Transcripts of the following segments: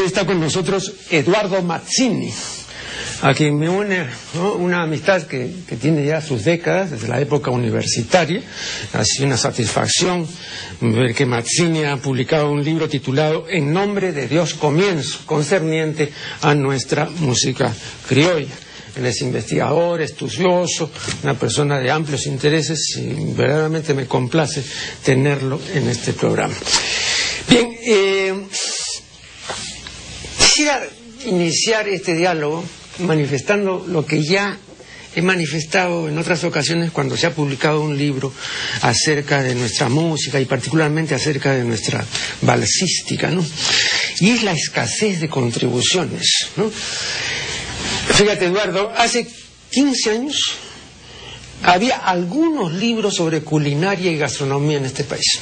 está con nosotros Eduardo Mazzini, a quien me une, ¿no?, una amistad que tiene ya sus décadas, desde la época universitaria. Ha sido una satisfacción ver que Mazzini ha publicado un libro titulado En nombre de Dios comienzo, concerniente a nuestra música criolla. Él es investigador, estudioso, una persona de amplios intereses, y verdaderamente me complace tenerlo en este programa. Bien, quisiera iniciar este diálogo manifestando lo que ya he manifestado en otras ocasiones cuando se ha publicado un libro acerca de nuestra música y particularmente acerca de nuestra valsística, ¿no? Y es la escasez de contribuciones, ¿no? Fíjate, Eduardo, hace 15 años había algunos libros sobre culinaria y gastronomía en este país.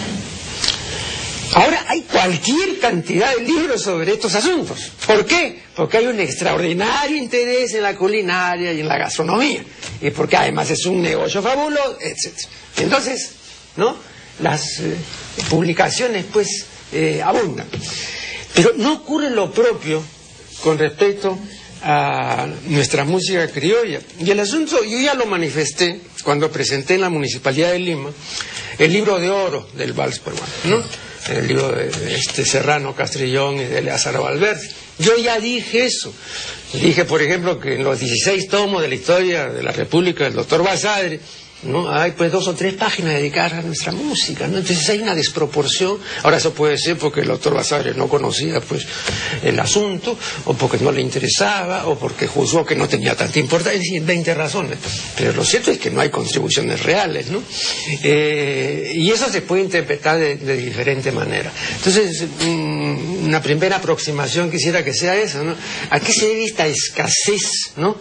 Ahora hay cualquier cantidad de libros sobre estos asuntos. ¿Por qué? Porque hay un extraordinario interés en la culinaria y en la gastronomía. Y porque además es un negocio fabuloso, etc. Entonces, ¿no?, las publicaciones, pues, abundan. Pero no ocurre lo propio con respecto a nuestra música criolla. Y el asunto, yo ya lo manifesté cuando presenté en la Municipalidad de Lima el libro de oro del vals peruano, ¿no?, el libro de Serrano Castrillón y de Eleazar Valverde. Yo ya dije eso. Dije, por ejemplo, que en los 16 tomos de la historia de la República del doctor Basadre, ¿no?, hay pues 2 o 3 páginas dedicadas a nuestra música, ¿no? Entonces hay una desproporción. Ahora eso puede ser porque el doctor Basadre no conocía pues el asunto, o porque no le interesaba, o porque juzgó que no tenía tanta importancia, es decir, 20 razones. Pero lo cierto es que no hay contribuciones reales, ¿no? Y eso se puede interpretar de diferente manera. Entonces, una primera aproximación quisiera que sea eso, ¿no? ¿A qué se debe esta escasez, ¿no?,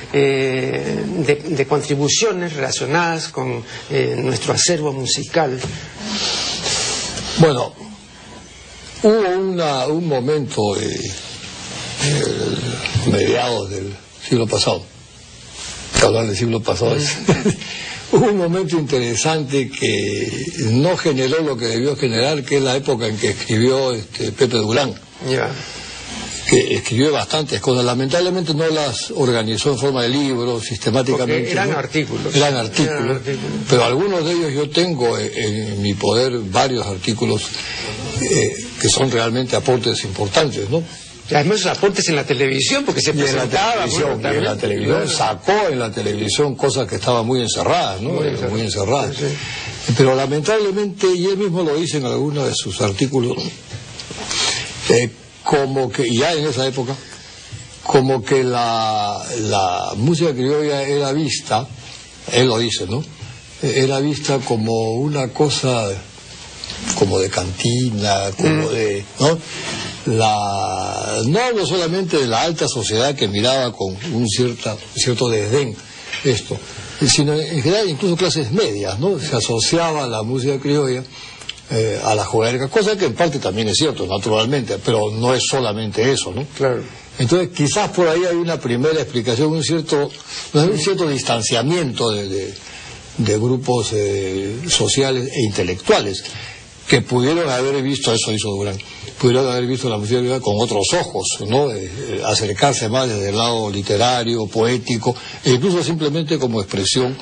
de contribuciones relacionadas con nuestro acervo musical? Bueno, hubo un momento mediados del siglo pasado, hablar del siglo pasado es hubo un momento interesante que no generó lo que debió generar, que es la época en que escribió Pepe Durán. Que escribió bastantes cosas, lamentablemente no las organizó en forma de libros sistemáticamente. Porque eran, ¿no?, artículos. Eran artículos, pero algunos de ellos yo tengo en mi poder varios artículos que son realmente aportes importantes, ¿no? Y además aportes en la televisión, porque se presentaba. Y en la televisión sacó en la televisión cosas que estaban muy encerradas, ¿no? Muy encerradas. Sí. Pero lamentablemente, y él mismo lo dice en algunos de sus artículos, como que ya en esa época, como que la música criolla era vista, él lo dice, ¿no?, era vista como una cosa como de cantina, como de, ¿no?, no hablo solamente de la alta sociedad que miraba con un cierto desdén esto, sino en general incluso clases medias, ¿no?, se asociaba la música criolla a la jugarga, cosa que en parte también es cierto, naturalmente, pero no es solamente eso, ¿no? Claro. Entonces, quizás por ahí hay una primera explicación, un cierto distanciamiento de grupos sociales e intelectuales que pudieron haber visto, eso hizo Durán, pudieron haber visto la música con otros ojos, ¿no?, acercarse más desde el lado literario, poético, e incluso simplemente como expresión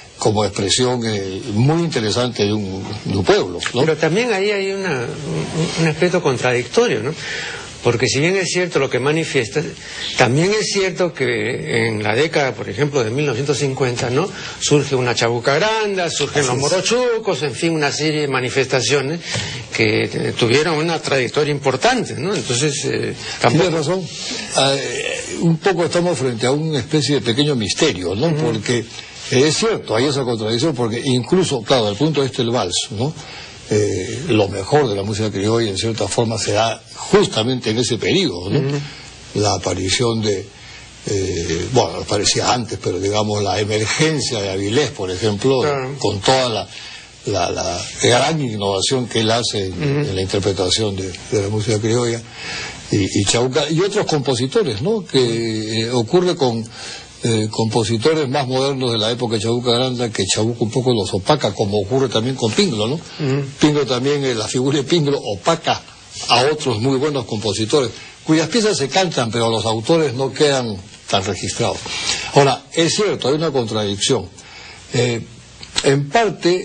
muy interesante de un pueblo, ¿no? Pero también ahí hay un aspecto contradictorio, ¿no? Porque si bien es cierto lo que manifiesta, también es cierto que en la década, por ejemplo, de 1950, ¿no?, surge una Chabuca Granda, surgen los Morochucos, en fin, una serie de manifestaciones que tuvieron una trayectoria importante, ¿no? Entonces, tampoco... Tienes razón. Un poco estamos frente a una especie de pequeño misterio, ¿no? Porque es cierto, hay esa contradicción, porque incluso, claro, del punto de vista del vals, ¿no?, lo mejor de la música criolla en cierta forma se da justamente en ese periodo, ¿no? La aparición de, bueno, aparecía antes, pero digamos la emergencia de Avilés, por ejemplo, con toda la gran innovación que él hace en la interpretación de la música criolla, y Chabuca, y otros compositores, ¿no?, que ocurre con compositores más modernos de la época de Chabuca Granda, que Chabuca un poco los opaca, como ocurre también con Pinglo, ¿no? Pinglo también, la figura de Pinglo opaca a otros muy buenos compositores, cuyas piezas se cantan, pero los autores no quedan tan registrados. Ahora, es cierto, hay una contradicción. En parte,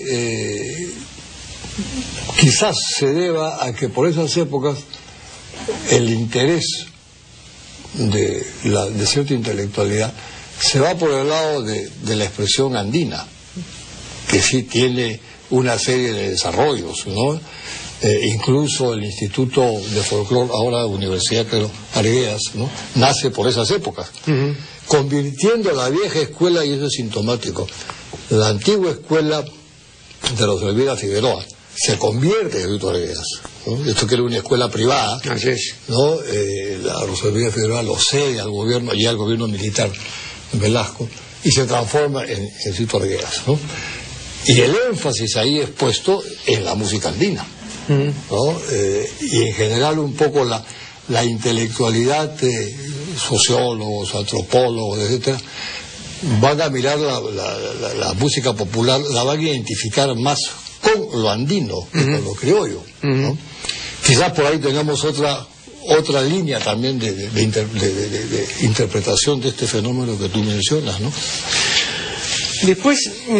quizás se deba a que por esas épocas el interés de cierta intelectualidad se va por el lado de la expresión andina, que sí tiene una serie de desarrollos, ¿no? Incluso el Instituto de Folclore, ahora Universidad Pedro Arguedas, ¿no? Nace por esas épocas, convirtiendo la vieja escuela, y eso es sintomático, la antigua escuela de los Elvira Figueroa se convierte en Instituto Arguedas, ¿no? Esto que era una escuela privada, así es, ¿no? La Rosalía Figueroa lo cede al gobierno, y al gobierno militar Velasco, y se transforma en Instituto Arguedas, ¿no? Y el énfasis ahí es puesto en la música andina, ¿no? Y en general un poco la intelectualidad de sociólogos, antropólogos, etcétera, van a mirar la música popular, la van a identificar más con lo andino que con lo criollo, ¿no? Quizás por ahí tengamos otra línea también de interpretación de este fenómeno que tú mencionas, ¿no? Después,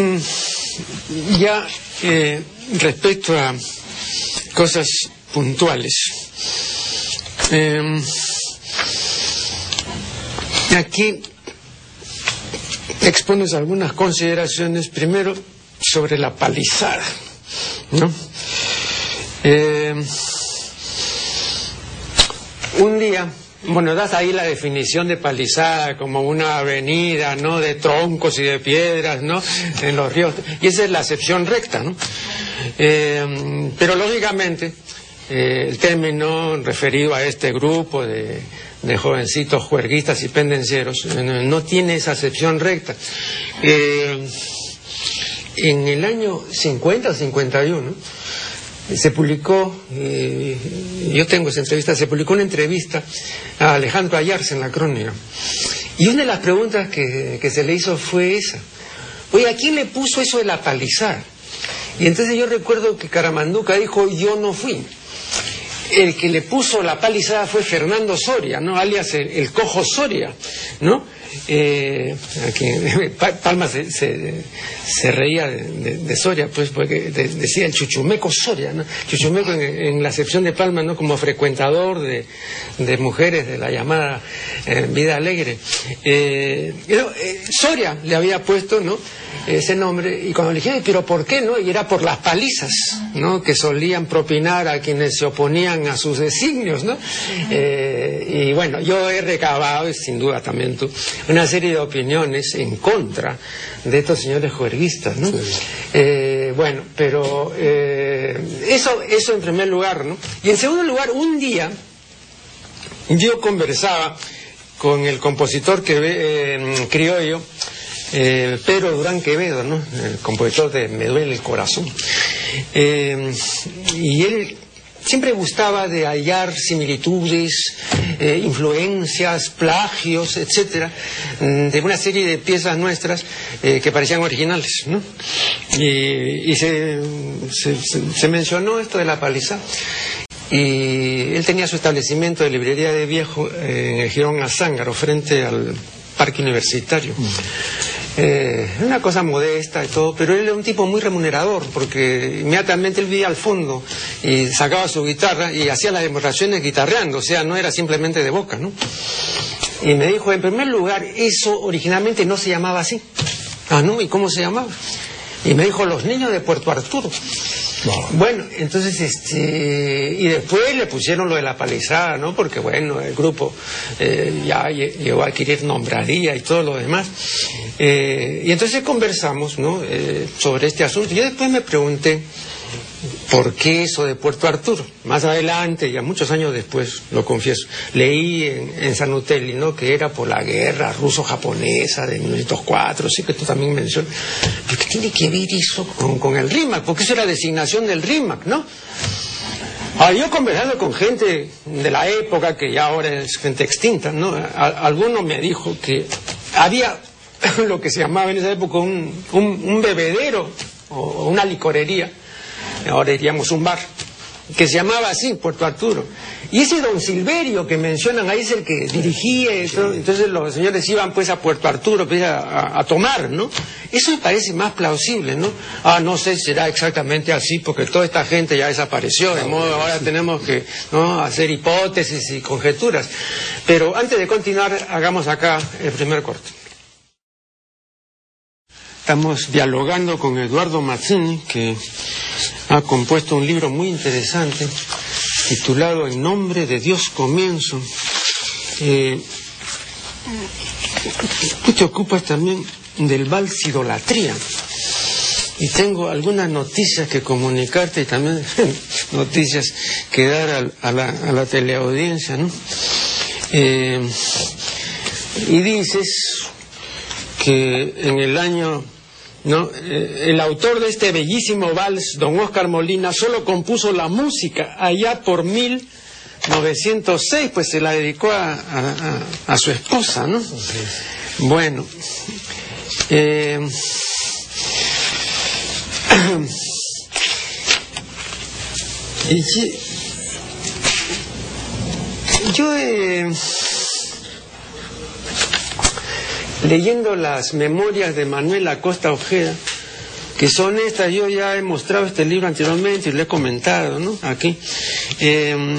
ya respecto a cosas puntuales, aquí expones algunas consideraciones, primero sobre la palizada, ¿no? Un día, bueno, das ahí la definición de palizada como una avenida, ¿no?, de troncos y de piedras, ¿no?, en los ríos, y esa es la acepción recta, ¿no? Pero lógicamente el término referido a este grupo de jovencitos juerguistas y pendencieros no tiene esa acepción recta. En el año 50 o 51 se publicó, yo tengo esa entrevista, se publicó una entrevista a Alejandro Ayarza en la Crónica, y una de las preguntas que se le hizo fue esa: oye, ¿a quién le puso eso de la palizada? Y entonces yo recuerdo que Caramanduca dijo: yo no fui. El que le puso la palizada fue Fernando Soria, ¿no?, alias el Cojo Soria, ¿no? Aquí, Palma se reía de Soria, pues, porque decía el Chuchumeco Soria, ¿no? Chuchumeco en la acepción de Palma, ¿no?, como frecuentador de mujeres de la llamada vida alegre. Soria le había puesto, ¿no?, ese nombre, y cuando le dije: pero ¿por qué, no? Y era por las palizas, ¿no?, que solían propinar a quienes se oponían a sus designios, ¿no? Y bueno, yo he recabado, y sin duda también tú, una serie de opiniones en contra de estos señores juerguistas, ¿no? Sí. Bueno, pero eso en primer lugar, ¿no? Y en segundo lugar, un día yo conversaba con el compositor criollo, Pedro Durán Quevedo, ¿no?, el compositor de Me duele el corazón, y él siempre gustaba de hallar similitudes, influencias, plagios, etcétera, de una serie de piezas nuestras que parecían originales, ¿no? Y se mencionó esto de la palizada. Y él tenía su establecimiento de librería de viejo en el Jirón Azángaro, frente al Parque Universitario. Una cosa modesta y todo, pero él era un tipo muy remunerador, porque inmediatamente él vivía al fondo y sacaba su guitarra y hacía las demostraciones guitarreando, o sea, no era simplemente de boca, ¿no? Y me dijo: en primer lugar, eso originalmente no se llamaba así. Ah, ¿no? ¿Y cómo se llamaba? Y me dijo: Los Niños de Puerto Arturo. Wow. Bueno, entonces, y después le pusieron lo de la palizada, ¿no? Porque, bueno, el grupo ya llegó a adquirir nombraría y todo lo demás. Y entonces conversamos, ¿no?, sobre este asunto. Yo después me pregunté: ¿por qué eso de Puerto Arturo? Más adelante, ya muchos años después, lo confieso, leí en Sanutelli, ¿no?, que era por la guerra ruso-japonesa de 1904, sí, que tú también mencionas. ¿Pero qué tiene que ver eso con el RIMAC? Porque eso era designación del RIMAC, ¿no? Yo conversando con gente de la época, que ya ahora es gente extinta, ¿no?, alguno me dijo que había lo que se llamaba en esa época un bebedero o una licorería, ahora diríamos un bar, que se llamaba así, Puerto Arturo. Y ese don Silverio que mencionan ahí es el que dirigía, entonces los señores iban pues a Puerto Arturo pues, a tomar, ¿no? Eso me parece más plausible, ¿no? No sé si será exactamente así, porque toda esta gente ya desapareció, de modo ahora tenemos que, ¿no?, hacer hipótesis y conjeturas. Pero antes de continuar, hagamos acá el primer corte. Estamos dialogando con Eduardo Mazzini, que ha compuesto un libro muy interesante titulado En nombre de Dios comienzo. Tú te ocupas también del vals Idolatría, y tengo algunas noticias que comunicarte y también noticias que dar a la teleaudiencia, ¿no? Y dices que en el año, ¿no?, el autor de este bellísimo vals, don Óscar Molina, solo compuso la música allá por 1906, pues se la dedicó a su esposa, ¿no? Okay. Bueno, yo leyendo las memorias de Manuel Acosta Ojeda, que son estas, yo ya he mostrado este libro anteriormente y lo he comentado, ¿no?, aquí. Él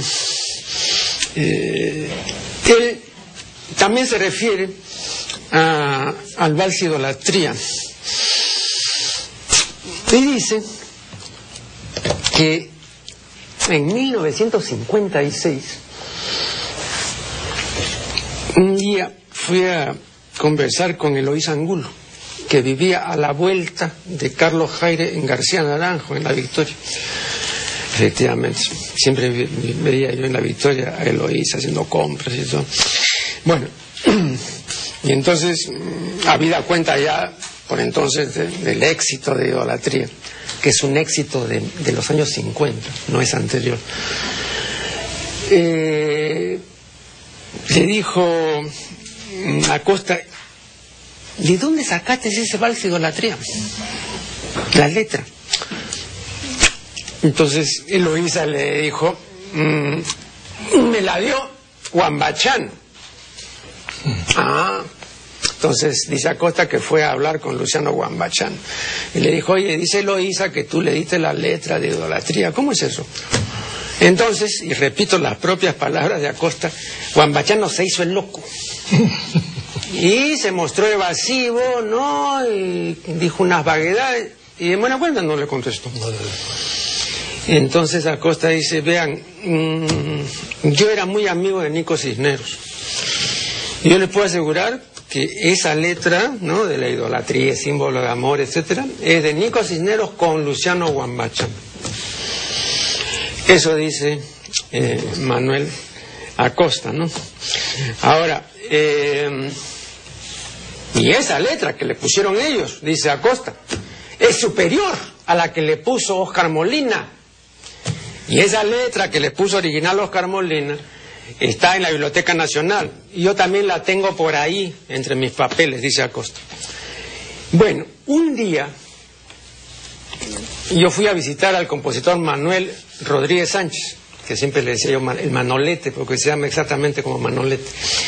también se refiere al vals Idolatría y dice que en 1956 un día fui a conversar con Eloísa Angulo, que vivía a la vuelta de Carlos Jaire en García Naranjo, en La Victoria. Efectivamente, siempre veía yo en La Victoria a Eloísa haciendo compras y todo. Bueno, y entonces, habida cuenta ya por entonces del éxito de Idolatría, que es un éxito de los años 50, no es anterior, le dijo Acosta: ¿de dónde sacaste ese vals Idolatría? La letra. Entonces Eloísa le dijo: me la dio Huambachán. Entonces dice Acosta que fue a hablar con Luciano Huambachán y le dijo: oye, dice Eloísa que tú le diste la letra de Idolatría, ¿cómo es eso? Entonces, y repito las propias palabras de Acosta, Huambachán se hizo el loco y se mostró evasivo, ¿no?, y dijo unas vaguedades, y de buena cuenta no le contestó. Entonces Acosta dice: vean, yo era muy amigo de Nico Cisneros, y yo les puedo asegurar que esa letra, ¿no?, de la idolatría, símbolo de amor, etcétera, es de Nico Cisneros con Luciano Huambachán. Eso dice Manuel Acosta, ¿no? Ahora, y esa letra que le pusieron ellos, dice Acosta, es superior a la que le puso Óscar Molina. Y esa letra que le puso original Óscar Molina está en la Biblioteca Nacional. Y yo también la tengo por ahí, entre mis papeles, dice Acosta. Bueno, un día yo fui a visitar al compositor Manuel Rodríguez Sánchez, que siempre le decía yo el Manolete, porque se llama exactamente como Manolete.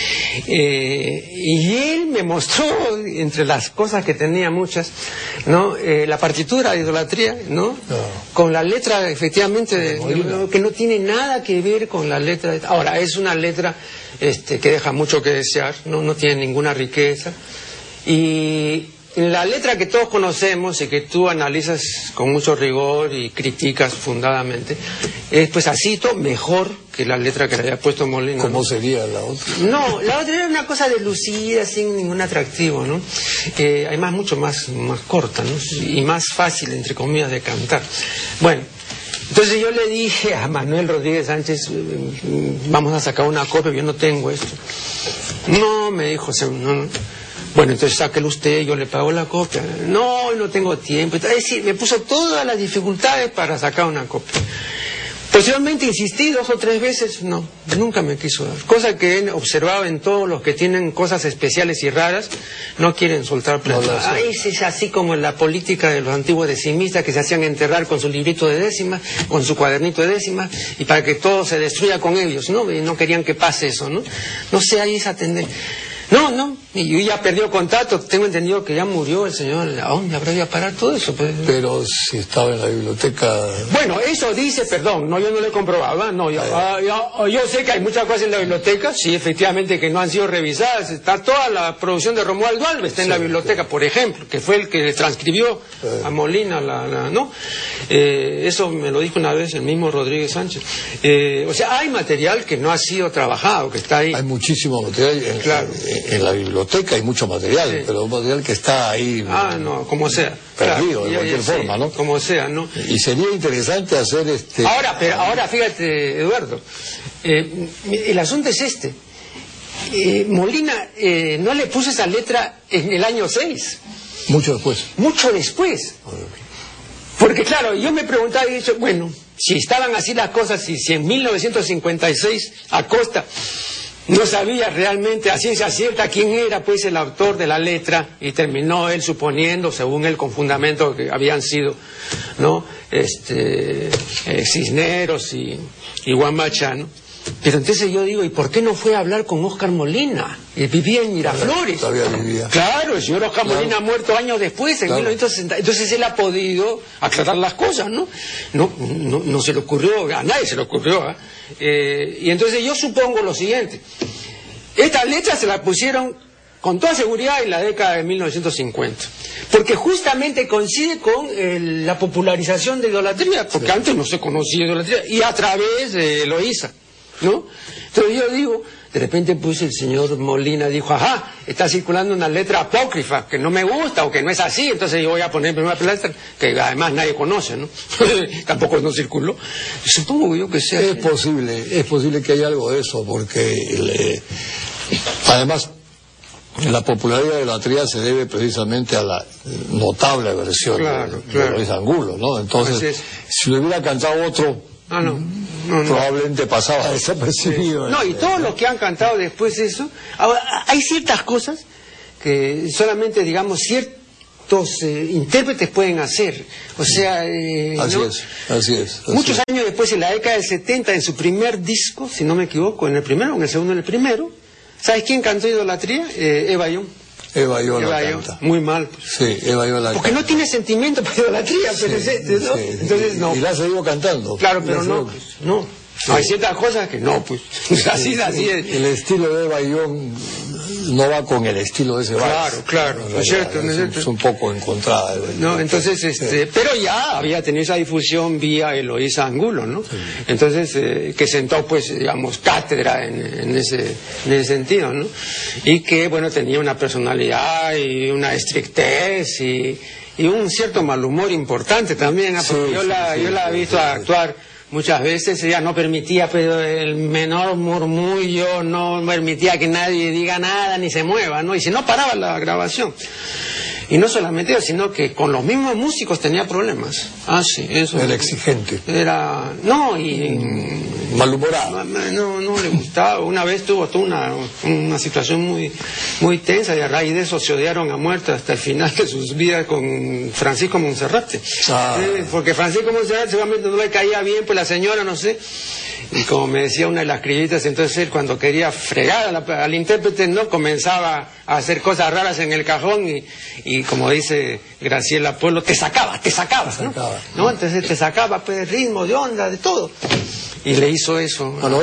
Y él me mostró, entre las cosas que tenía muchas, ¿no?, la partitura de Idolatría, ¿no?, con la letra efectivamente que no tiene nada que ver con la letra ahora es una letra que deja mucho que desear, no tiene ninguna riqueza, y la letra que todos conocemos y que tú analizas con mucho rigor y criticas fundadamente es, pues, así, mejor que la letra que le había puesto Molina. ¿Cómo sería la otra? No, la otra era una cosa deslucida, sin ningún atractivo, ¿no? Además mucho más corta, ¿no?, y más fácil, entre comillas, de cantar. Bueno, entonces yo le dije a Manuel Rodríguez Sánchez: vamos a sacar una copia, yo no tengo esto. No, me dijo, no. Bueno, entonces sáquelo usted, yo le pago la copia. No tengo tiempo. Es decir, me puso todas las dificultades para sacar una copia. Posteriormente insistí 2 o 3 veces, no, nunca me quiso dar. Cosa que he observado en todos los que tienen cosas especiales y raras, no quieren soltar plata. Es así como en la política de los antiguos decimistas que se hacían enterrar con su librito de décimas, con su cuadernito de décimas, y para que todo se destruya con ellos, ¿no? Y no querían que pase eso, ¿no? No sé, ahí esa tendencia. No, y yo ya perdió contacto, tengo entendido que ya murió el señor. ¿A dónde habrá ido a parar todo eso? Pues, pero si estaba en la biblioteca... Bueno, eso dice, perdón, no, yo no lo he comprobado, no, yo sé que hay muchas cosas en la biblioteca, sí, efectivamente, que no han sido revisadas. Está toda la producción de Romualdo Alves, está en la biblioteca, por ejemplo, que fue el que transcribió a Molina, ¿no? Eso me lo dijo una vez el mismo Rodríguez Sánchez. O sea, hay material que no ha sido trabajado, que está ahí. Hay muchísimo material, claro. En la biblioteca hay mucho material, Sí. pero un material que está ahí... No, como sea. Perdido, claro, de cualquier forma, ¿no? Como sea, ¿no? Y sería interesante hacer Ahora, fíjate, Eduardo, el asunto es este. Molina no le puso esa letra en el año 6. Mucho después. Mucho después. Porque claro, yo me preguntaba y he dicho, bueno, si estaban así las cosas, si en 1956 Acosta no sabía realmente a ciencia cierta quién era pues el autor de la letra, y terminó él suponiendo, según él, con fundamento, que habían sido, ¿no? Cisneros y Guamacha, ¿no? Pero entonces yo digo, ¿y por qué no fue a hablar con Óscar Molina? Vivía en Miraflores. Todavía vivía. Claro, el señor Óscar Molina ha muerto años después, en 1960. Entonces él ha podido aclarar las cosas, ¿no? No se le ocurrió, a nadie se le ocurrió, ¿eh? Y entonces yo supongo lo siguiente. Estas letras se las pusieron con toda seguridad en la década de 1950. Porque justamente coincide con la popularización de idolatría, porque antes no se conocía idolatría, y a través de Eloísa, ¿no? Entonces yo digo, de repente pues el señor Molina dijo, ajá, está circulando una letra apócrifa que no me gusta o que no es así, entonces yo voy a poner en primera letra, que además nadie conoce, ¿no? Tampoco no circuló. Supongo yo que sea. Es posible que haya algo de eso, porque además la popularidad de la tría se debe precisamente a la notable versión de Luis Angulo, ¿no? Entonces, si lo hubiera cantado otro, probablemente pasaba desapercibido. No, y todos los que han cantado después eso, ahora, hay ciertas cosas que solamente, digamos, ciertos intérpretes pueden hacer. O sea, así es. Muchos años después, en la década del 70, en su primer disco, si no me equivoco, en el primero, en el segundo, en el primero, ¿sabes quién cantó Idolatría? Eva Young. Eva Young la canta. Muy mal. Pues. Sí, Eva Young la porque canta. no tiene sentimiento para idolatría, pero ¿no? Entonces no. Y la ha seguido cantando. Claro, pero no. Sí. Hay ciertas cosas que no, pues. Así es. El estilo de Eva Young no va con el estilo de ese vals. Claro. ¿No es cierto? Es un poco encontrada. No, entonces, pero ya había tenido esa difusión vía Eloísa Angulo, ¿no? Sí. Entonces, que sentó, pues, digamos, cátedra en ese sentido, ¿no? Y que, bueno, tenía una personalidad y una estrictez y un cierto mal humor importante también, porque yo la he visto actuar muchas veces. Ella no permitía pero el menor murmullo, no permitía que nadie diga nada ni se mueva, ¿no? Y si no paraba la grabación. Y no solamente eso, sino que con los mismos músicos tenía problemas. Sí, eso. Era exigente. Malhumorado. No le gustaba. Una vez tuvo una situación muy tensa, y a raíz de eso se odiaron a muerte hasta el final de sus vidas con Francisco Monserrate. Porque Francisco Monserrate seguramente no le caía bien, pues la señora, no sé. Y como me decía una de las criollitas, entonces él, cuando quería fregar al intérprete, no comenzaba a hacer cosas raras en el cajón y como dice Graciela Pueblo, te sacaba, ¿no? Entonces te sacaba pues, de ritmo, de onda, de todo. Y le hizo eso. Bueno,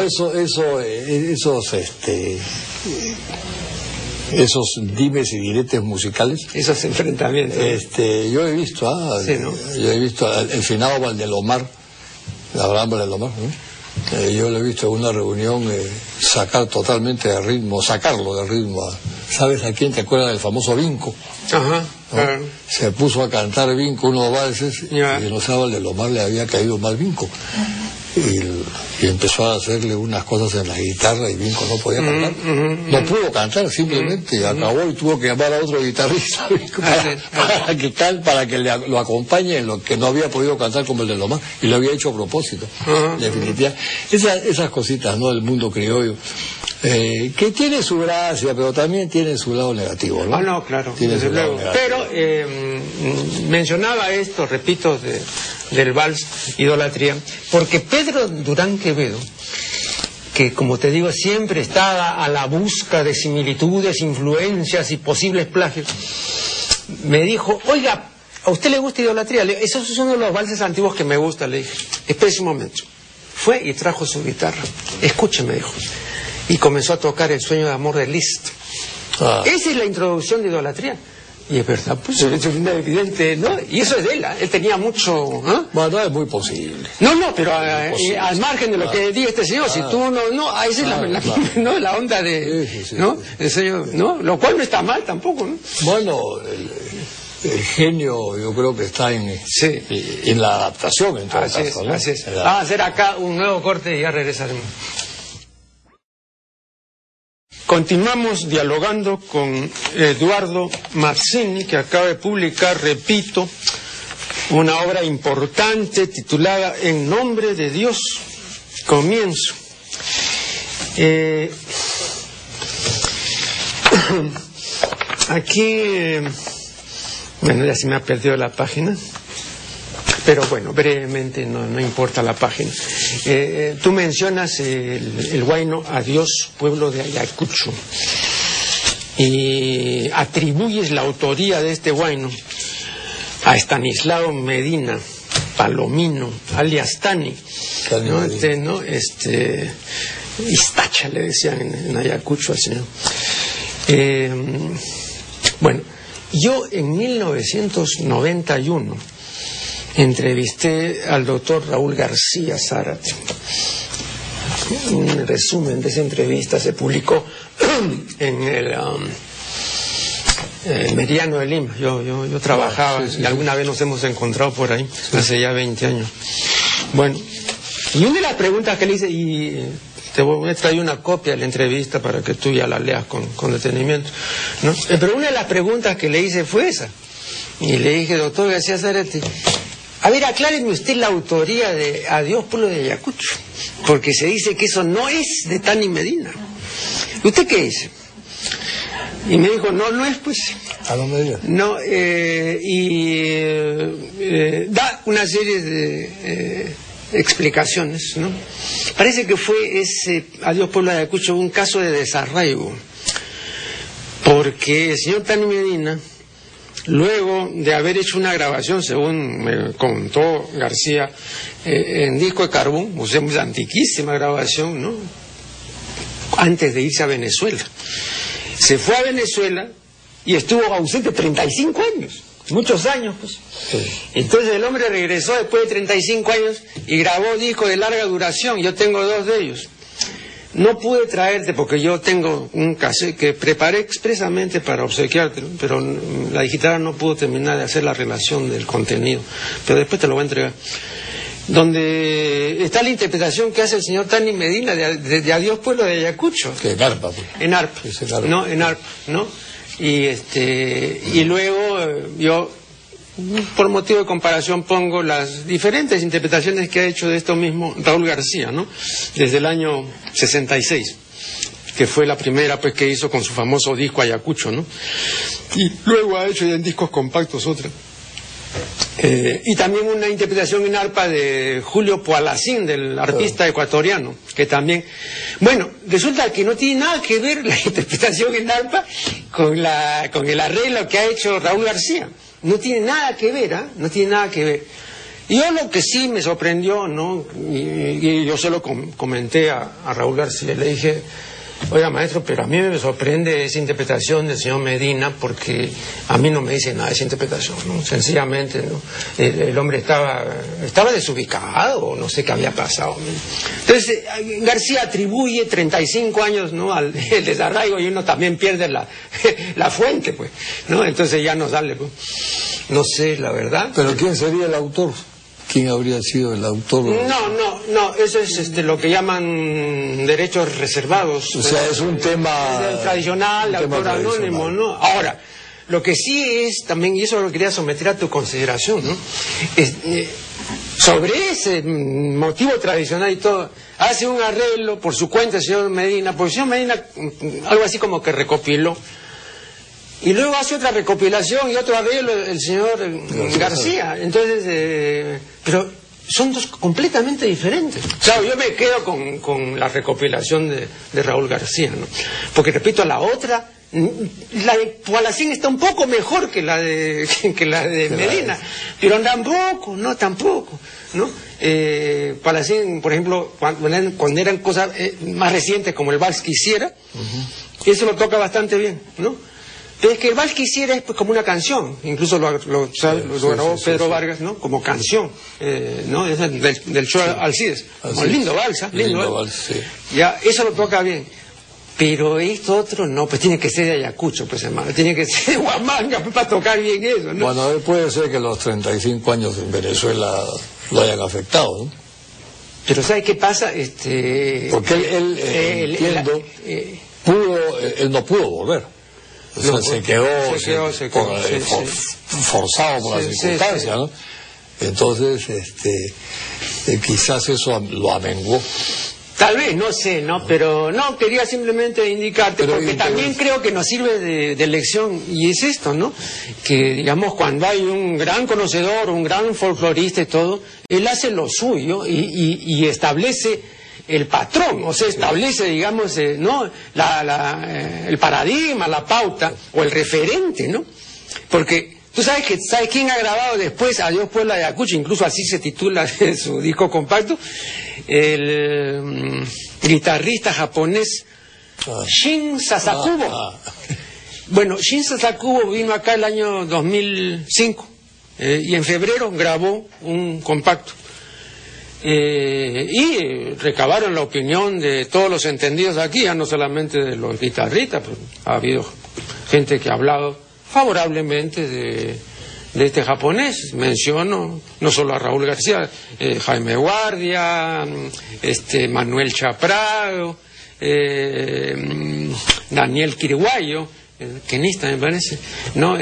esos dimes y diretes musicales, esos enfrentamientos. Yo he visto, yo he visto el finado Valdelomar, Abraham Valdelomar, ¿no? Yo lo he visto en una reunión sacarlo del ritmo. ¿Sabes a quién te acuerdas del famoso Vinco? Ajá. ¿No? Claro. Se puso a cantar Vinco unos valses y no sabe, Valdelomar le había caído mal Vinco. y empezó a hacerle unas cosas en la guitarra y Vinco no podía cantar. No pudo cantar, simplemente acabó y tuvo que llamar a otro guitarrista para que lo acompañe en lo que no había podido cantar como el de Lomar, y lo había hecho a propósito, definitivamente. Esas cositas, ¿no?, del mundo criollo. Que tiene su gracia, pero también tiene su lado negativo, ¿no? No, claro, desde luego. Pero mencionaba esto, repito, del vals Idolatría, porque Pedro Durán Quevedo, que como te digo siempre estaba a la busca de similitudes, influencias y posibles plagios, me dijo, oiga, ¿a usted le gusta Idolatría? Esos son uno de los valses antiguos que me gusta, le dije. Espérese un momento. Fue y trajo su guitarra. Escúcheme, dijo. Y comenzó a tocar El sueño de amor de Liszt. Esa es la introducción de Idolatría. Y es verdad, pues es evidente, ¿no? Y eso es de él, él tenía mucho... Bueno, es muy posible. No, pero al margen de lo que diga este señor, si tú esa es la onda de... Sí. ¿No? El señor, ¿no? Lo cual no está mal tampoco, ¿no? Bueno, el genio yo creo que está en la adaptación, en todo caso, ¿no? Así es. Vamos a hacer acá un nuevo corte y ya regresaremos. Continuamos dialogando con Eduardo Mazzini, que acaba de publicar, repito, una obra importante titulada En nombre de Dios, comienzo. Aquí, bueno, ya se me ha perdido la página. Pero bueno, brevemente, no importa la página. Tú mencionas el huayno Adiós, pueblo de Ayacucho, y atribuyes la autoría de este huayno a Estanislao Medina Palomino, alias Tani, ¿no? Iztacha le decían en Ayacucho al señor. Bueno, yo en 1991 entrevisté al doctor Raúl García Zárate. Un resumen de esa entrevista se publicó en el Meridiano de Lima. Yo trabajaba y alguna vez nos hemos encontrado por ahí, hace ya 20 años. Bueno, y una de las preguntas que le hice, y te voy a traer una copia de la entrevista para que tú ya la leas con detenimiento, ¿no? Pero una de las preguntas que le hice fue esa. Y le dije, doctor García Zárate, a ver, acláreme usted la autoría de Adiós, pueblo de Ayacucho, porque se dice que eso no es de Tani Medina. ¿Usted qué dice? Y me dijo, no es, pues. No me diga. No, da una serie de explicaciones, ¿no? Parece que fue ese Adiós, pueblo de Ayacucho un caso de desarraigo, porque el señor Tani Medina, luego de haber hecho una grabación, según me contó García, en disco de carbón, o sea, muy antiquísima grabación, ¿no?, antes de irse a Venezuela. Se fue a Venezuela y estuvo ausente 35 años, muchos años, pues. Sí. Entonces el hombre regresó después de 35 años y grabó discos de larga duración. Yo tengo 2 de ellos. No pude traerte porque yo tengo un cassette que preparé expresamente para obsequiártelo, pero la digital no pudo terminar de hacer la relación del contenido, pero después te lo voy a entregar. Donde está la interpretación que hace el señor Tani Medina de Adiós, pueblo de Ayacucho. Que en arpa, pues. En arpa, ¿no? En arpa, ¿no? Y luego yo, por motivo de comparación, pongo las diferentes interpretaciones que ha hecho de esto mismo Raúl García, ¿no?, desde el año 66, que fue la primera, pues, que hizo con su famoso disco Ayacucho, ¿no? Y luego ha hecho ya en discos compactos otra. Y también una interpretación en arpa de Julio Poalacín, del artista ecuatoriano, que también... Bueno, resulta que no tiene nada que ver la interpretación en arpa con el arreglo que ha hecho Raúl García. No tiene nada que ver, no tiene nada que ver. Y yo lo que sí me sorprendió, ¿no?, y yo se lo comenté a Raúl García, le dije, oiga, maestro, pero a mí me sorprende esa interpretación del señor Medina, porque a mí no me dice nada de esa interpretación, ¿no? Sencillamente, ¿no?, el hombre estaba desubicado, no sé qué había pasado, ¿no? Entonces García atribuye 35 años, ¿no?, al desarraigo, y uno también pierde la fuente, pues, ¿no? Entonces ya no sale, pues. No sé, la verdad. ¿Pero quién sería el autor? quién habría sido el autor. No, eso es lo que llaman derechos reservados. O sea, es un tema tradicional, autor anónimo, ¿no? Ahora, lo que sí es también, y eso lo quería someter a tu consideración, ¿no? Sobre ese motivo tradicional y todo, hace un arreglo por su cuenta el señor Medina, porque el señor Medina algo así como que recopiló, y luego hace otra recopilación y otro arreglo el señor García. Entonces, pero son dos completamente diferentes. Claro, yo me quedo con la recopilación de Raúl García, ¿no? Porque repito, la otra, la de Palacín está un poco mejor que la de Medina, pero tampoco, ¿no? Palacín, por ejemplo, cuando eran cosas más recientes como el Vals Quisiera, eso lo toca bastante bien, ¿no? Pero es que el Vals Quisiera es pues como una canción, incluso lo grabó Pedro Vargas, ¿no? Como canción, ¿no? Es del show Alcides, como lindo vals, lindo vals, sí. Ya, eso lo toca bien. Pero esto otro no, pues tiene que ser de Ayacucho, pues hermano, tiene que ser de Huamanga pues, para tocar bien eso, ¿no? Bueno, puede ser que los 35 años en Venezuela lo hayan afectado, ¿no? Pero ¿sabes qué pasa? Porque él entiendo, él no pudo volver. O sea, se quedó forzado por las circunstancias, ¿no? Entonces, quizás eso lo amenguó. Tal vez, no sé, ¿no? Pero no, quería simplemente indicarte, porque también creo que nos sirve de lección, y es esto, ¿no? Que, digamos, cuando hay un gran conocedor, un gran folclorista y todo, él hace lo suyo y establece el patrón, o sea, establece, digamos, ¿no? El paradigma, la pauta, o el referente, ¿no? Porque tú sabes quién ha grabado después Adiós Puebla de Ayacucho, incluso así se titula su disco compacto, el guitarrista japonés Shin Sasakubo. Bueno, Shin Sasakubo vino acá el año 2005 y en febrero grabó un compacto. Y recabaron la opinión de todos los entendidos aquí, ya no solamente de los guitarristas, pero ha habido gente que ha hablado favorablemente de este japonés. Menciono no solo a Raúl García, Jaime Guardia, Manuel Chaprado, Daniel Quiriguayo, quenista me parece, ¿no?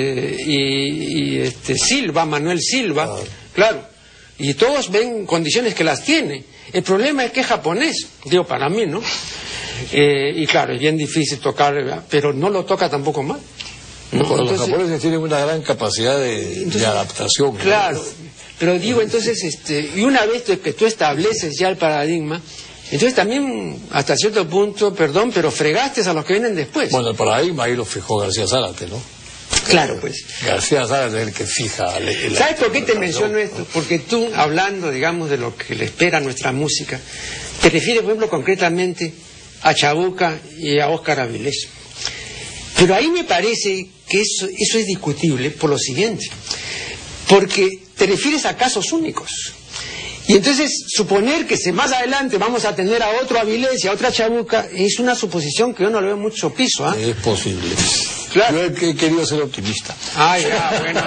Silva, Manuel Silva, claro. Y todos ven condiciones que las tiene. El problema es que es japonés, digo, para mí, ¿no? Y claro, es bien difícil tocar, pero no lo toca tampoco mal, ¿no? Entonces, los japoneses tienen una gran capacidad de adaptación. Claro, ¿no? Pero digo, entonces, y una vez que tú estableces ya el paradigma, entonces también, hasta cierto punto, perdón, pero fregaste a los que vienen después. Bueno, el paradigma ahí lo fijó García Zárate, ¿no? Claro, pues. García Zárate es el que fija. ¿Sabes por qué te menciono esto? Porque tú, hablando, digamos, de lo que le espera a nuestra música, te refieres, por ejemplo, concretamente a Chabuca y a Óscar Avilés. Pero ahí me parece que eso es discutible por lo siguiente. Porque te refieres a casos únicos. Y entonces, suponer que más adelante vamos a tener a otro Avilés y a otra Chabuca es una suposición que yo no le veo mucho piso, ¿ah? Es posible. Claro. Yo he querido ser optimista. Ah, ya, bueno.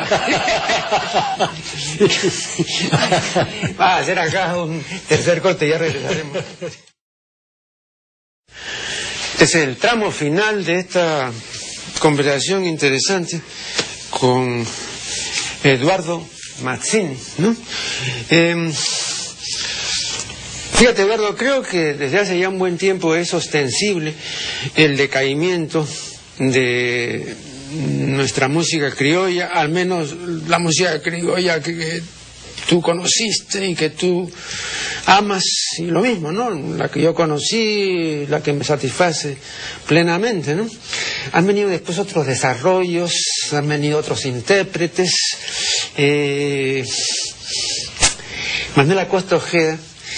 Va a hacer acá un tercer corte y ya regresaremos. Este es el tramo final de esta conversación interesante con Eduardo Mazzini, ¿no? Fíjate, Eduardo, creo que desde hace ya un buen tiempo es ostensible el decaimiento de nuestra música criolla, al menos la música criolla que tú conociste y que tú amas, y lo mismo, ¿no? La que yo conocí, la que me satisface plenamente, ¿no? Han venido después otros desarrollos, han venido otros intérpretes. Manuel Acosta Ojeda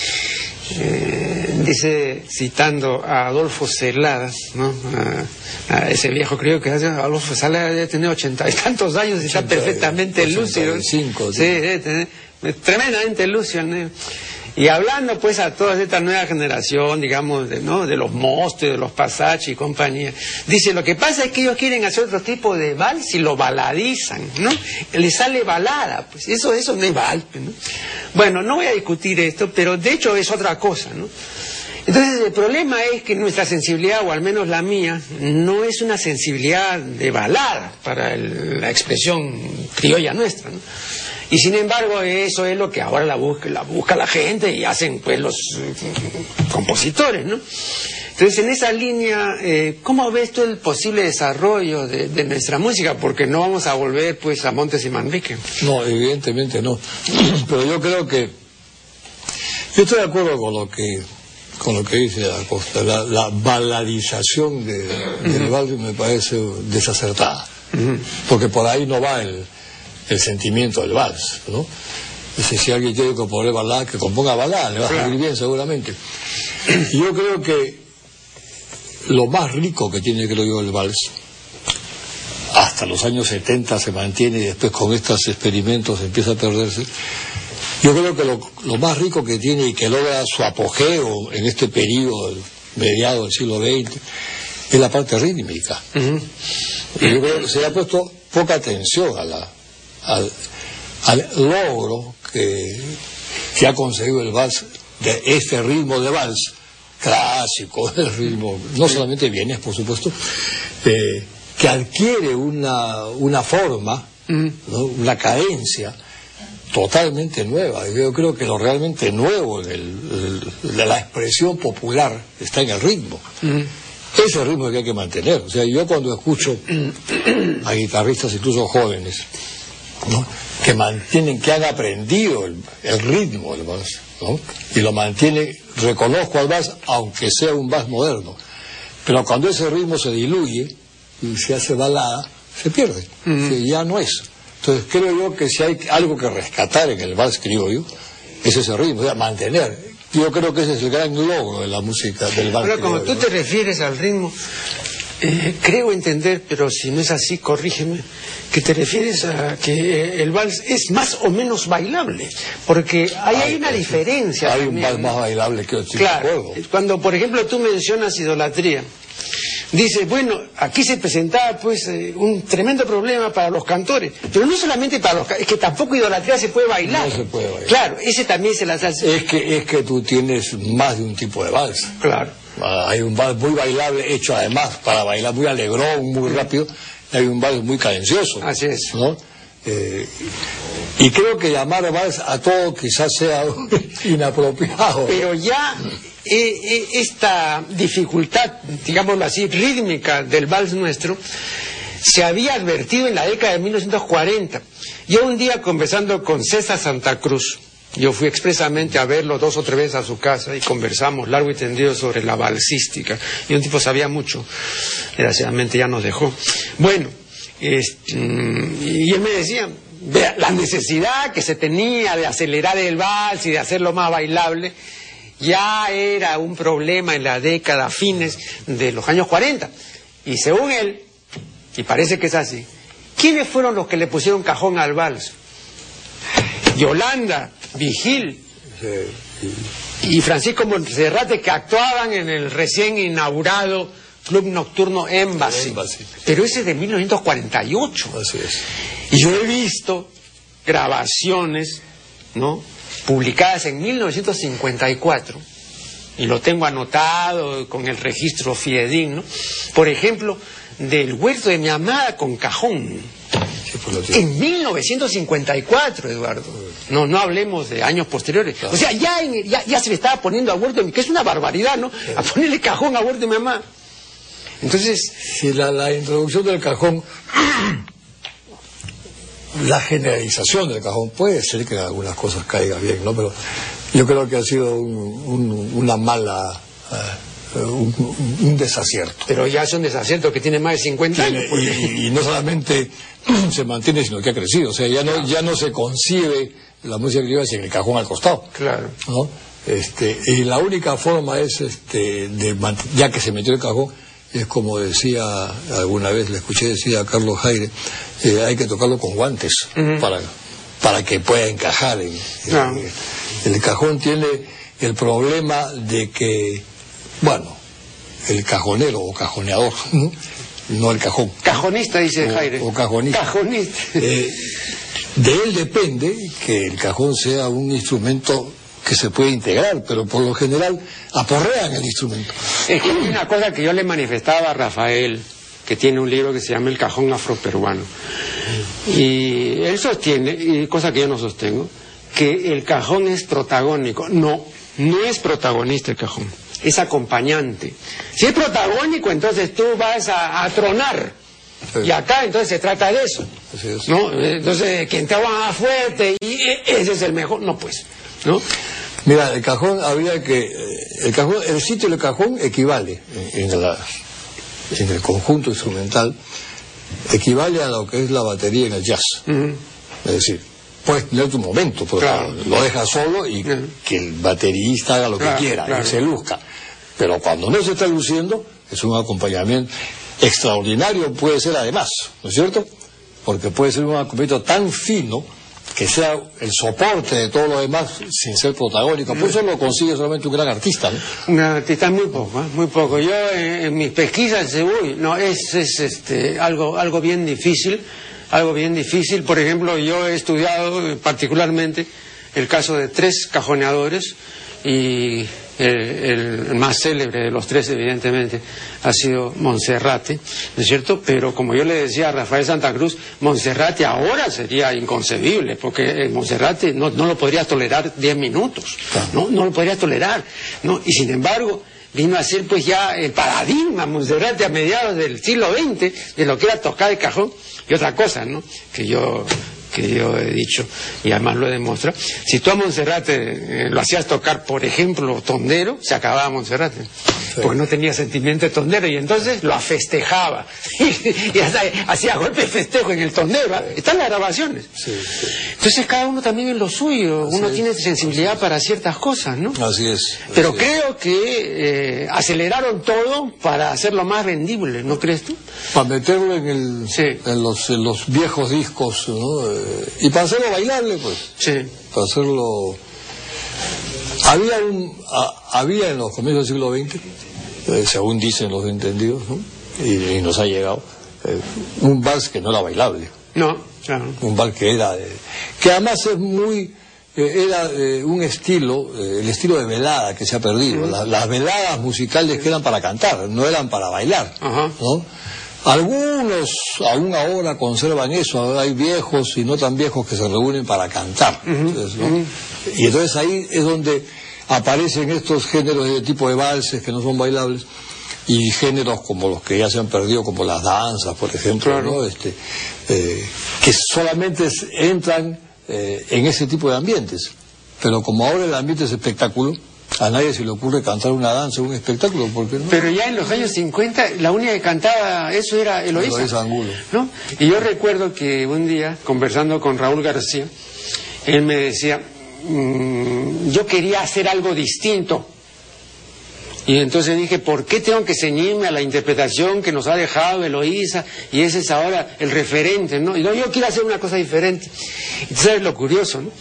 dice, citando a Adolfo Celada, ¿no? A ese viejo, creo que Adolfo Celada debe tener 80 y tantos años y está perfectamente lúcido. 85, sí, debe tener tremendamente lúcido, ¿no? Y hablando pues a toda esta nueva generación, digamos, ¿no?, de los Mostes, de los Pasachi y compañía, dice, lo que pasa es que ellos quieren hacer otro tipo de vals y lo baladizan, ¿no? Les sale balada, pues eso no es vals, ¿no? Bueno, no voy a discutir esto, pero de hecho es otra cosa, ¿no? Entonces el problema es que nuestra sensibilidad, o al menos la mía, no es una sensibilidad de balada para la expresión criolla nuestra, ¿no? Y sin embargo eso es lo que ahora la busca la gente y hacen pues los compositores, ¿no? Entonces en esa línea, ¿cómo ves tú el posible desarrollo de nuestra música? Porque no vamos a volver pues a Montes y Manrique. No, evidentemente no. Pero yo creo que, yo estoy de acuerdo con lo que dice Acosta. La baladización del vals me parece desacertada, porque por ahí no va el sentimiento del vals, ¿no? Es decir, si alguien tiene que componer balada, que componga balada, le va a salir bien seguramente. Y yo creo que lo más rico que tiene, creo yo, el vals, hasta los años 70 se mantiene y después con estos experimentos empieza a perderse. Yo creo que lo más rico que tiene y que logra su apogeo en este periodo mediado del siglo XX es la parte rítmica. Y yo creo que se le ha puesto poca atención al logro que ha conseguido el vals, de este ritmo de vals clásico, el ritmo no solamente vienes, por supuesto, que adquiere una forma, ¿no?, una cadencia totalmente nueva. Yo creo que lo realmente nuevo de la expresión popular está en el ritmo. Ese ritmo que hay que mantener. O sea, yo cuando escucho a guitarristas incluso jóvenes, ¿no?, que han aprendido el ritmo del vals, ¿no?, y lo mantienen, reconozco al vals aunque sea un vals moderno, pero cuando ese ritmo se diluye y se hace balada, se pierde, que ya no es. Entonces creo yo que si hay algo que rescatar en el vals criollo es ese ritmo, o sea, mantener. Yo creo que ese es el gran logro de la música del vals criollo. Ahora, como tú te refieres al ritmo, creo entender, pero si no es así, corrígeme, que te refieres a que el vals es más o menos bailable, porque hay una diferencia. Hay también, un vals más bailable que otro. Claro, cuando por ejemplo tú mencionas Idolatría, dice, bueno, aquí se presentaba pues un tremendo problema para los cantores, pero no solamente para los cantores, es que tampoco Idolatría se puede bailar. No se puede bailar. Claro, ese también se las hace. Es que tú tienes más de un tipo de vals. Claro. Hay un vals muy bailable, hecho además para bailar muy alegrón, muy rápido, y hay un vals muy cadencioso. Así es. ¿No? Y creo que llamar vals a todo quizás sea inapropiado. Pero ya esta dificultad, digámoslo así, rítmica del vals nuestro, se había advertido en la década de 1940. Yo un día conversando con César Santa Cruz, yo fui expresamente a verlo 2 o 3 veces a su casa y conversamos largo y tendido sobre la valsística. Y un tipo sabía mucho, desgraciadamente ya nos dejó. Bueno, y él me decía, la necesidad que se tenía de acelerar el vals y de hacerlo más bailable, ya era un problema en la década fines de los años 40. Y según él, y parece que es así, ¿quiénes fueron los que le pusieron cajón al vals? Yolanda, Vigil y Francisco Monserrate, que actuaban en el recién inaugurado Club Nocturno Embassy. Pero ese es de 1948. Así es. Y yo he visto grabaciones, ¿no?, publicadas en 1954, y lo tengo anotado con el registro fidedigno, por ejemplo, del Huerto de mi amada con cajón. En 1954, Eduardo. No hablemos de años posteriores. Claro. O sea, ya se le estaba poniendo a Huerto de mi, que es una barbaridad, ¿no? A ponerle cajón a Huerto de mi mamá. Entonces, si la introducción del cajón, la generalización del cajón, puede ser que en algunas cosas caiga bien, ¿no? Pero yo creo que ha sido una mala, un desacierto. Pero ya es un desacierto que tiene más de 50 años. Y no solamente se mantiene, sino que ha crecido. O sea, ya no se concibe la música criolla sin el cajón al costado. Claro. ¿No? Y la única forma es, ya que se metió el cajón, es como decía, alguna vez le escuché decir a Carlos Jaire, hay que tocarlo con guantes para que pueda encajar en el cajón. Tiene el problema de que, bueno, el cajonero o cajoneador, no el cajón. Cajonista, dice Jaire. O cajonista. Cajonista. De él depende que el cajón sea un instrumento que se puede integrar, pero por lo general aporrean el instrumento. Es que hay una cosa que yo le manifestaba a Rafael, que tiene un libro que se llama El cajón afroperuano. Y él sostiene, y cosa que yo no sostengo, que el cajón es protagónico. No es protagonista el cajón, es acompañante. Si es protagónico, entonces tú vas a tronar. Sí. Y acá entonces se trata de eso. Así es. ¿No? Entonces, quien te va más fuerte y ese es el mejor, no pues, ¿no? Mira, el cajón había que... el sitio del cajón equivale en el conjunto instrumental, equivale a lo que es la batería en el jazz. Es decir, puedes tener tu momento, porque lo dejas solo y que el baterista haga lo que quiera, y se luzca. Pero cuando no se está luciendo, es un acompañamiento extraordinario, puede ser además, ¿no es cierto? Porque puede ser un acompañamiento tan fino que sea el soporte de todo lo demás sin ser protagónico. Por eso lo consigue solamente un gran artista, ¿no? Un gran artista muy poco, muy poco. Yo en mis pesquisas es algo bien difícil, Por ejemplo, yo he estudiado particularmente el caso de 3 cajoneadores y el más célebre de los 3, evidentemente, ha sido Monserrate, ¿no es cierto? Pero como yo le decía a Rafael Santa Cruz, Monserrate ahora sería inconcebible, porque Monserrate no lo podrías tolerar 10 minutos, no lo podrías tolerar, ¿no? Y sin embargo, vino a ser pues ya el paradigma Monserrate a mediados del siglo XX de lo que era tocar el cajón. Y otra cosa, ¿no?, que yo he dicho, y además lo he demostrado, si tú a Monserrate lo hacías tocar, por ejemplo, tondero, se acababa Monserrate, porque no tenía sentimiento de tondero, y entonces lo afestejaba, y hacía golpe de festejo en el tondero, están las grabaciones. Entonces cada uno también en lo suyo, uno tiene sensibilidad para ciertas cosas, ¿no? Así es. Pero creo que aceleraron todo para hacerlo más vendible, ¿no crees tú? Para meterlo en los viejos discos, ¿no? Y para hacerlo bailable, pues. Sí. Para hacerlo... Había en los comienzos del siglo XX, según dicen los entendidos, ¿no?, y nos ha llegado, un vals que no era bailable. No, claro. Un vals que era... que además es muy... era un estilo, el estilo de velada que se ha perdido. Las veladas musicales que eran para cantar, no eran para bailar, ¿no? Algunos aún ahora conservan eso, hay viejos y no tan viejos que se reúnen para cantar. Entonces, ¿no? Y entonces ahí es donde aparecen estos géneros de tipo de valses que no son bailables, y géneros como los que ya se han perdido, como las danzas, por ejemplo, ¿no? Que solamente entran en ese tipo de ambientes. Pero como ahora el ambiente es espectáculo, a nadie se le ocurre cantar una danza, un espectáculo, ¿por qué no? Pero ya en los años 50, la única que cantaba eso era Eloísa Angulo, ¿no? Y yo recuerdo que un día, conversando con Raúl García, él me decía, yo quería hacer algo distinto. Y entonces dije, ¿por qué tengo que ceñirme a la interpretación que nos ha dejado Eloísa? Y ese es ahora el referente, ¿no? Y no, yo quiero hacer una cosa diferente. Y ¿sabes lo curioso, no?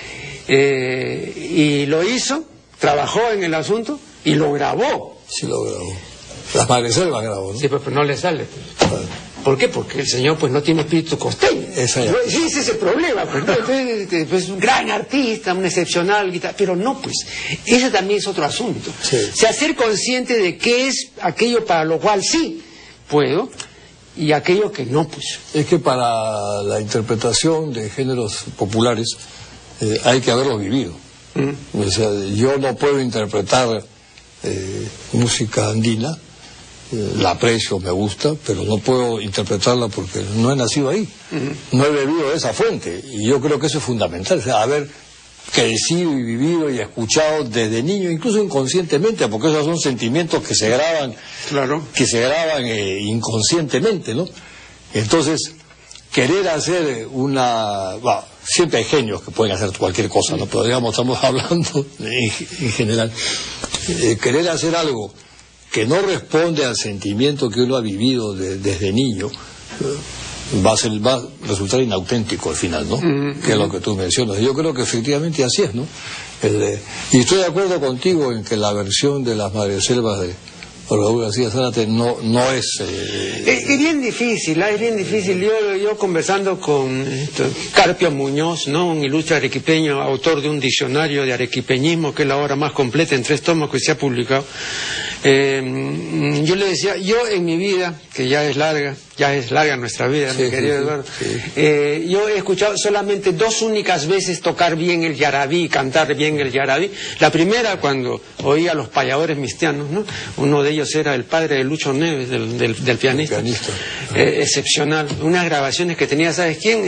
Y lo hizo, trabajó en el asunto y lo grabó. Sí, lo grabó. Las Madreselvas grabó, ¿no? Sí, pero no le sale. ¿Por qué? Porque el señor pues no tiene espíritu costeño. Sí, ese es el problema. Pues un gran artista, un excepcional guitarra, pero no, pues, ese también es otro asunto. Sí. O sea, ser consciente de qué es aquello para lo cual sí puedo y aquello que no, pues. Es que para la interpretación de géneros populares hay que haberlo vivido. O sea, yo no puedo interpretar música andina. La aprecio, me gusta, pero no puedo interpretarla porque no he nacido ahí, no he bebido de esa fuente, y yo creo que eso es fundamental, o sea, haber crecido y vivido y escuchado desde niño, incluso inconscientemente, porque esos son sentimientos que se graban, inconscientemente, ¿no? Entonces, querer hacer siempre hay genios que pueden hacer cualquier cosa, ¿no? Pero digamos, estamos hablando en general, querer hacer algo que no responde al sentimiento que uno ha vivido desde niño, va a resultar inauténtico al final, ¿no? Que es lo que tú mencionas. Yo creo que efectivamente así es, ¿no? Y estoy de acuerdo contigo en que la versión de las Madreselvas de Raúl García Zárate no es... Es bien difícil, es bien difícil. Yo conversando con Carpio Muñoz, ¿no? Un ilustre arequipeño, autor de un diccionario de arequipeñismo, que es la obra más completa en 3 tomos que se ha publicado. Yo le decía, yo en mi vida, que ya es larga nuestra vida, mi querido Eduardo, yo he escuchado solamente 2 únicas veces tocar bien el yarabí, cantar bien el yarabí. La primera, cuando oía a los payadores mistianos, ¿no? Uno de ellos era el padre de Lucho Neves, del pianista. Excepcional. Unas grabaciones que tenía, ¿sabes quién?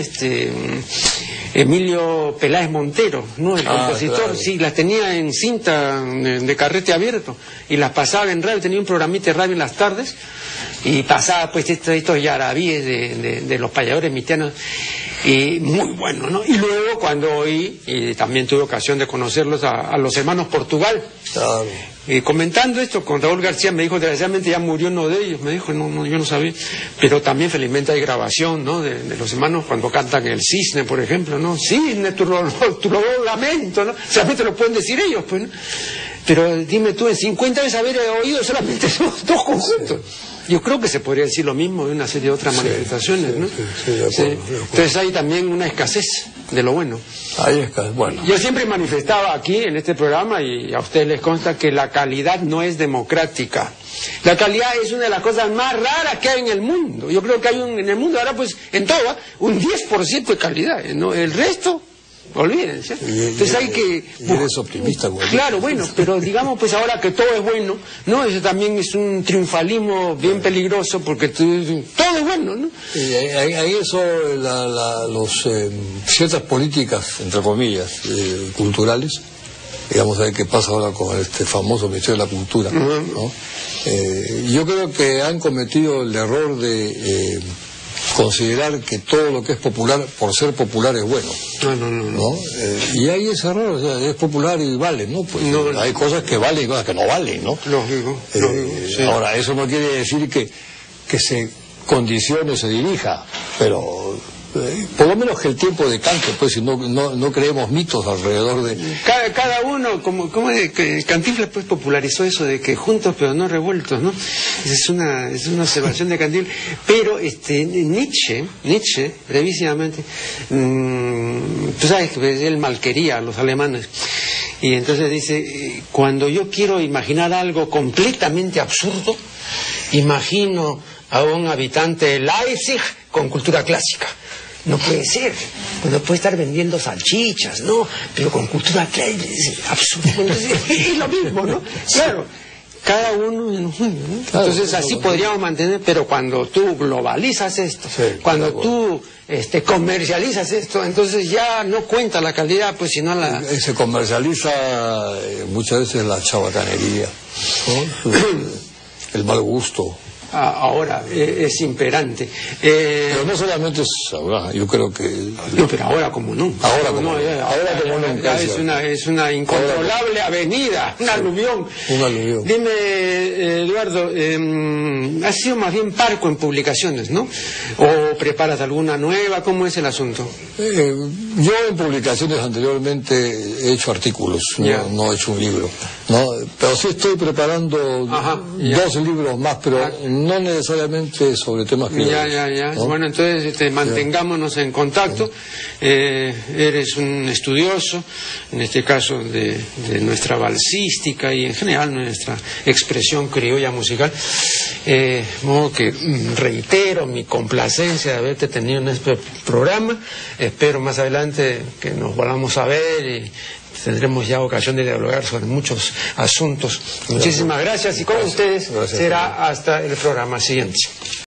Emilio Peláez Montero, ¿no? El compositor, claro. Sí, las tenía en cinta de carrete abierto y las pasaba en radio, tenía un programita de radio en las tardes y pasaba pues estos yarabíes de los payadores mistianos, y muy bueno, ¿no? Y luego cuando oí, y también tuve ocasión de conocerlos a los hermanos Portugal, claro. Comentando esto con Raúl García, me dijo, desgraciadamente ya murió uno de ellos, me dijo, no, yo no sabía, pero también felizmente hay grabación, ¿no? De los hermanos cuando cantan el Cisne, por ejemplo, ¿no? Cisne, tu lamento, ¿no? Solamente lo pueden decir ellos, pues, ¿no? Pero dime tú, en 50 años haber oído solamente esos 2 conjuntos. Yo creo que se podría decir lo mismo de una serie de otras manifestaciones, ¿no? Sí, de acuerdo. Entonces hay también una escasez de lo bueno. Hay escasez, bueno. Yo siempre manifestaba aquí, en este programa, y a ustedes les consta que la calidad no es democrática. La calidad es una de las cosas más raras que hay en el mundo. Yo creo que hay en el mundo ahora, pues, en todo, un 10% de calidad, ¿no? El resto... olvídense. Entonces hay que... eres optimista, güey. Claro, bueno, pero digamos pues ahora que todo es bueno, ¿no? Eso también es un triunfalismo bien peligroso, porque todo es bueno, ¿no? Ahí eso, ciertas políticas, entre comillas, culturales, digamos, a ver qué pasa ahora con este famoso Ministerio de la Cultura, ¿no? Yo creo que han cometido el error de... considerar que todo lo que es popular, por ser popular, es bueno. No. Y hay ese error, o sea, es popular y vale, ¿no? Pues hay cosas que valen y cosas que no valen, ¿no? Lógico, sí. Ahora, eso no quiere decir que se condicione, se dirija, pero... por lo menos que el tiempo decante, pues, si no creemos mitos alrededor de... Cada uno, como Cantinflas pues popularizó eso de que juntos pero no revueltos, ¿no? Es una observación de Cantinflas. Pero Nietzsche, brevísimamente, tú sabes que él malquería a los alemanes. Y entonces dice, cuando yo quiero imaginar algo completamente absurdo, imagino a un habitante de Leipzig con cultura clásica. No puede ser, pues no puede estar vendiendo salchichas, ¿no? Pero con cultura clásica es absurdo. Es lo mismo, ¿no? Claro, cada uno en un juego, ¿no? Entonces así podríamos mantener, pero cuando tú globalizas esto, cuando tú comercializas esto, entonces ya no cuenta la calidad, pues sino la... Se comercializa muchas veces la chabacanería, ¿no? El mal gusto. Ahora es imperante. Pero no solamente es ahora, yo creo que... No, pero ahora como no. Ahora como nunca. Es una incontrolable avenida, un aluvión. Un aluvión. Dime, Eduardo, has sido más bien parco en publicaciones, ¿no? ¿O preparas alguna nueva? ¿Cómo es el asunto? Yo en publicaciones anteriormente he hecho artículos, no he hecho un libro, ¿no? Pero sí estoy preparando 2 libros más, pero no necesariamente sobre temas criollos. ¿No? Bueno, entonces mantengámonos en contacto. Eres un estudioso, en este caso de nuestra valsística y en general nuestra expresión criolla musical. Modo que reitero mi complacencia de haberte tenido en este programa. Espero más adelante que nos volvamos a ver y tendremos ya ocasión de dialogar sobre muchos asuntos. Muchísimas gracias y con ustedes será hasta el programa siguiente.